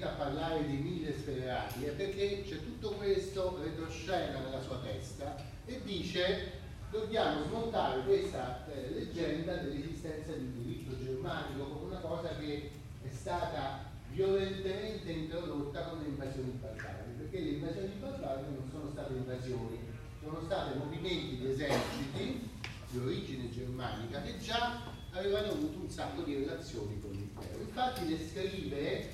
a parlare di 1000 sferrati è perché c'è tutto questo retroscena nella sua testa e dice dobbiamo smontare questa leggenda dell'esistenza di un diritto germanico come una cosa che è stata violentemente introdotta con le invasioni barbariche, perché le invasioni barbariche non sono state invasioni, sono stati movimenti di eserciti di origine germanica che già avevano avuto un sacco di relazioni con l'impero. Infatti descrive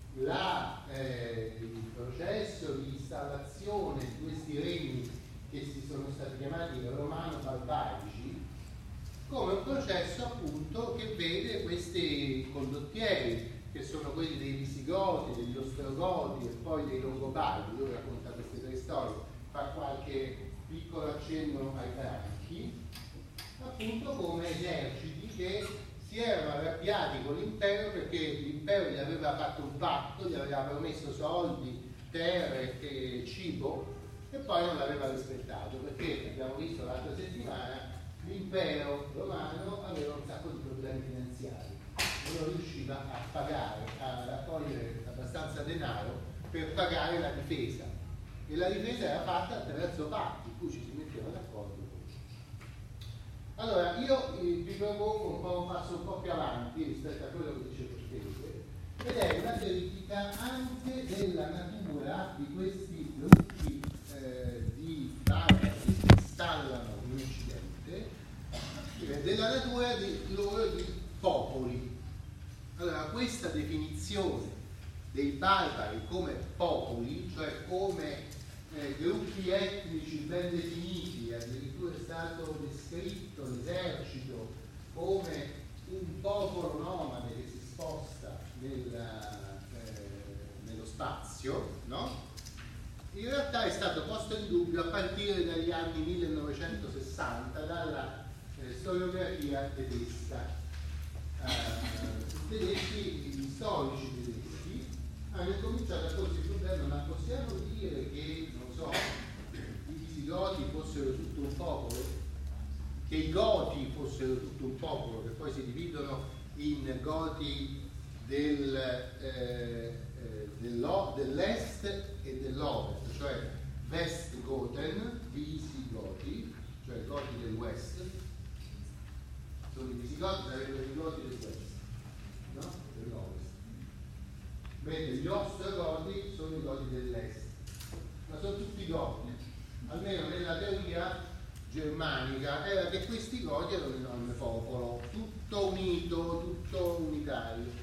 il processo di installazione di questi regni che si sono stati chiamati romano-barbarici come un processo appunto che vede questi condottieri che sono quelli dei Visigoti, degli Ostrogoti e poi dei Longobardi. Lui racconta queste tre storie, fa qualche piccolo accenno ai Franchi, appunto come eserciti che si erano arrabbiati con l'impero perché l'impero gli aveva fatto un patto, gli aveva promesso soldi, terre e cibo e poi non l'aveva rispettato perché, abbiamo visto l'altra settimana, l'impero romano aveva un sacco di problemi finanziari, non riusciva a pagare, a raccogliere abbastanza denaro per pagare la difesa e la difesa era fatta attraverso patti in cui ci si metteva d'accordo. Allora io vi propongo un passo un po' più avanti rispetto a quello che dice Cortese ed è una critica anche della natura di questi gruppi di barbari che si installano in Occidente, della natura di loro di popoli. Allora questa definizione dei barbari come popoli, cioè come gruppi etnici ben definiti, addirittura è stato descritto l'esercito come un popolo nomade che si sposta nello spazio, no? In realtà è stato posto in dubbio a partire dagli anni 1960 dalla storiografia tedesca. Gli storici tedeschi hanno cominciato a porsi il problema: ma possiamo dire che, non so, i Visigoti fossero tutto un popolo? Che i Goti fossero tutto un popolo, che poi si dividono in Goti dell'est e dell'ovest, cioè Westgoten, Visigoti, cioè Goti del West, sono i Visigoti, sarebbero i Goti del West, no? Dell'ovest. Mentre gli Ostrogoti sono i Goti dell'est, ma sono tutti Goti, almeno nella teoria germanica era che questi Goti erano un enorme popolo, tutto unito, tutto unitario.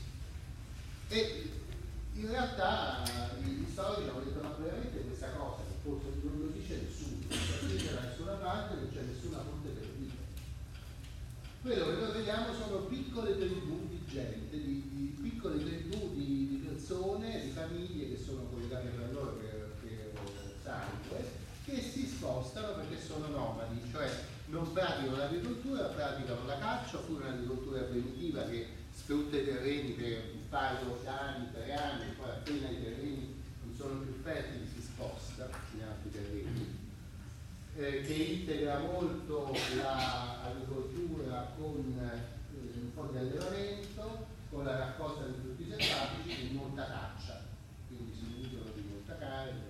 E in realtà gli storici hanno detto: ma veramente questa cosa forse non lo dice nessuno, non c'è da nessuna parte, non c'è nessuna fonte per dire. Quello che noi vediamo sono piccole tribù di gente, di piccole tribù di persone, di famiglie che sono collegate tra loro per sangue, che si spostano perché sono nomadi, cioè non praticano l'agricoltura, praticano la caccia oppure un'agricoltura primitiva che sfrutta i terreni per un paio d'anni, 3 anni, e poi appena i terreni non sono più fertili si sposta in altri terreni, che integra molto l'agricoltura con un po' di allevamento, con la raccolta di frutti selvatici e molta caccia, quindi si nutrono di molta carne.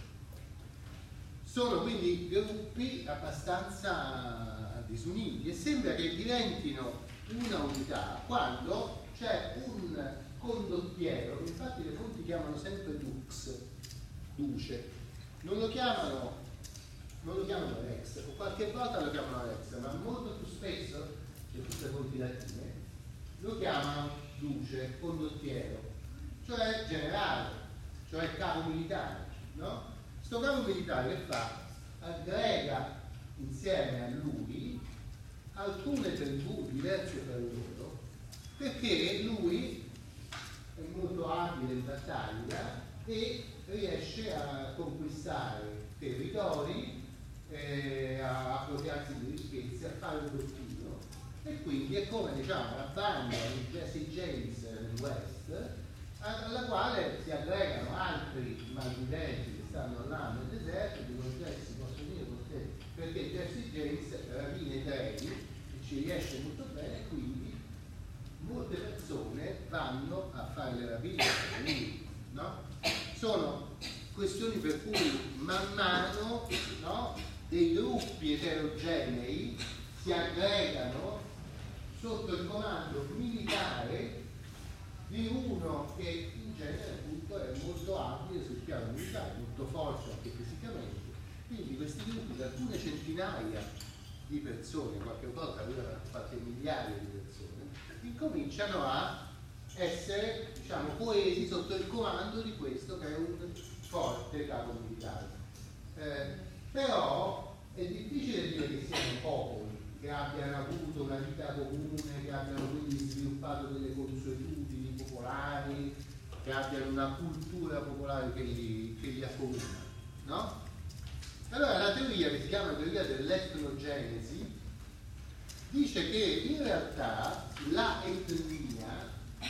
Sono quindi gruppi abbastanza disuniti e sembra che diventino una unità quando c'è un condottiero, che infatti le fonti chiamano sempre Dux, Duce, non lo chiamano Rex, o qualche volta lo chiamano Rex, ma molto più spesso, c'è tutte le fonti latine, lo chiamano Duce, condottiero, cioè generale, cioè capo militare, no? Sto capo militare che fa? Aggrega insieme a lui alcune tribù diverse tra loro, perché lui è molto abile in battaglia e riesce a conquistare territori, a appropriarsi di ricchezze, a fare un bottino, e quindi è come, diciamo, la banda di Jesse James nel West, alla quale si aggregano altri malviventi che stanno là nel deserto e dicono: Jesse, posso venire con te? Perché Jesse James rapina i treni e ci riesce molto bene, quindi molte persone vanno a fare fare le rapine, no? Sono questioni per cui man mano, no, dei gruppi eterogenei si aggregano sotto il comando militare di uno che in genere appunto è molto abile sul piano militare, molto forte anche fisicamente. Quindi questi gruppi di alcune centinaia di persone, qualche volta avevano qualche migliaia di persone, incominciano a essere, diciamo, coesi sotto il comando di questo che è un forte capo militare. Però è difficile dire che siano popoli che abbiano avuto una vita comune, che abbiano quindi sviluppato delle consuetudini popolari, che abbiano una cultura popolare che li accomuna, no? Allora la teoria, che si chiama teoria dell'etnogenesi, dice che in realtà la etnia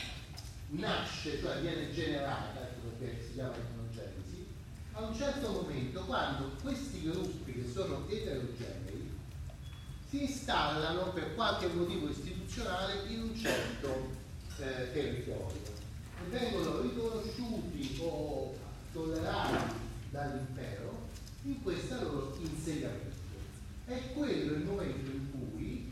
nasce, cioè viene generata, perché si chiama etnogenesi, a un certo momento quando questi gruppi che sono eterogenei si installano per qualche motivo istituzionale in un certo territorio e vengono riconosciuti o tollerati dall'impero in questo loro insediamento. È quello il momento in cui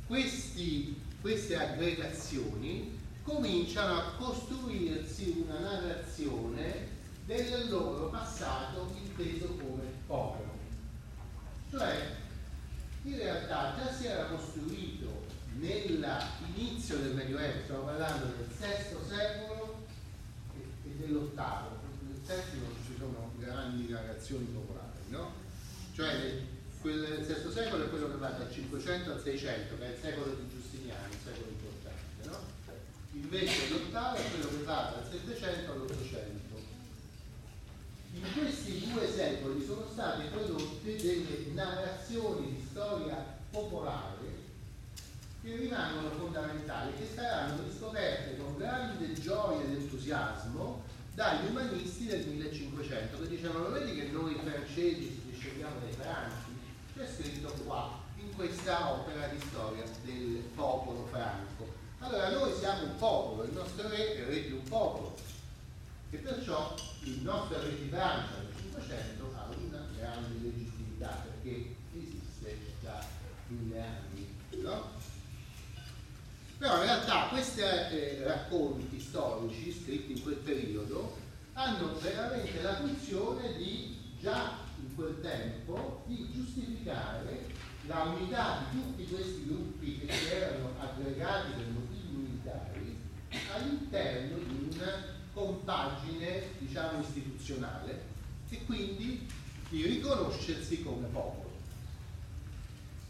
queste aggregazioni cominciano a costruirsi una narrazione del loro passato inteso come popolo. Cioè, in realtà già si era costruito nell'inizio del Medioevo, stiamo parlando del VI secolo e dell'VIII, nel VII non ci sono grandi narrazioni popolari, no? Cioè quel del VI secolo è quello che va dal 500 al 600, che è il secolo di Giustiniano, il secolo importante, no? Invece l'VIII è quello che va dal 700 all'800. In questi due secoli sono state prodotte delle narrazioni di storia popolare che rimangono fondamentali, che saranno riscoperte con grande gioia ed entusiasmo dagli umanisti del 1500, che dicevano: lo vedi che noi francesi ci discendiamo dai franchi? C'è scritto qua, in questa opera di storia del popolo franco. Allora noi siamo un popolo, il nostro re è il re di un popolo, e perciò il nostro re di Francia del 500 ha una grande legittimità perché esiste da 1000 anni, no? Però in realtà questi racconti storici scritti in quel periodo hanno veramente la funzione di, già in quel tempo, di giustificare la unità di tutti questi gruppi che si erano aggregati per motivi militari all'interno di una compagine, diciamo, istituzionale, e quindi di riconoscersi come popolo.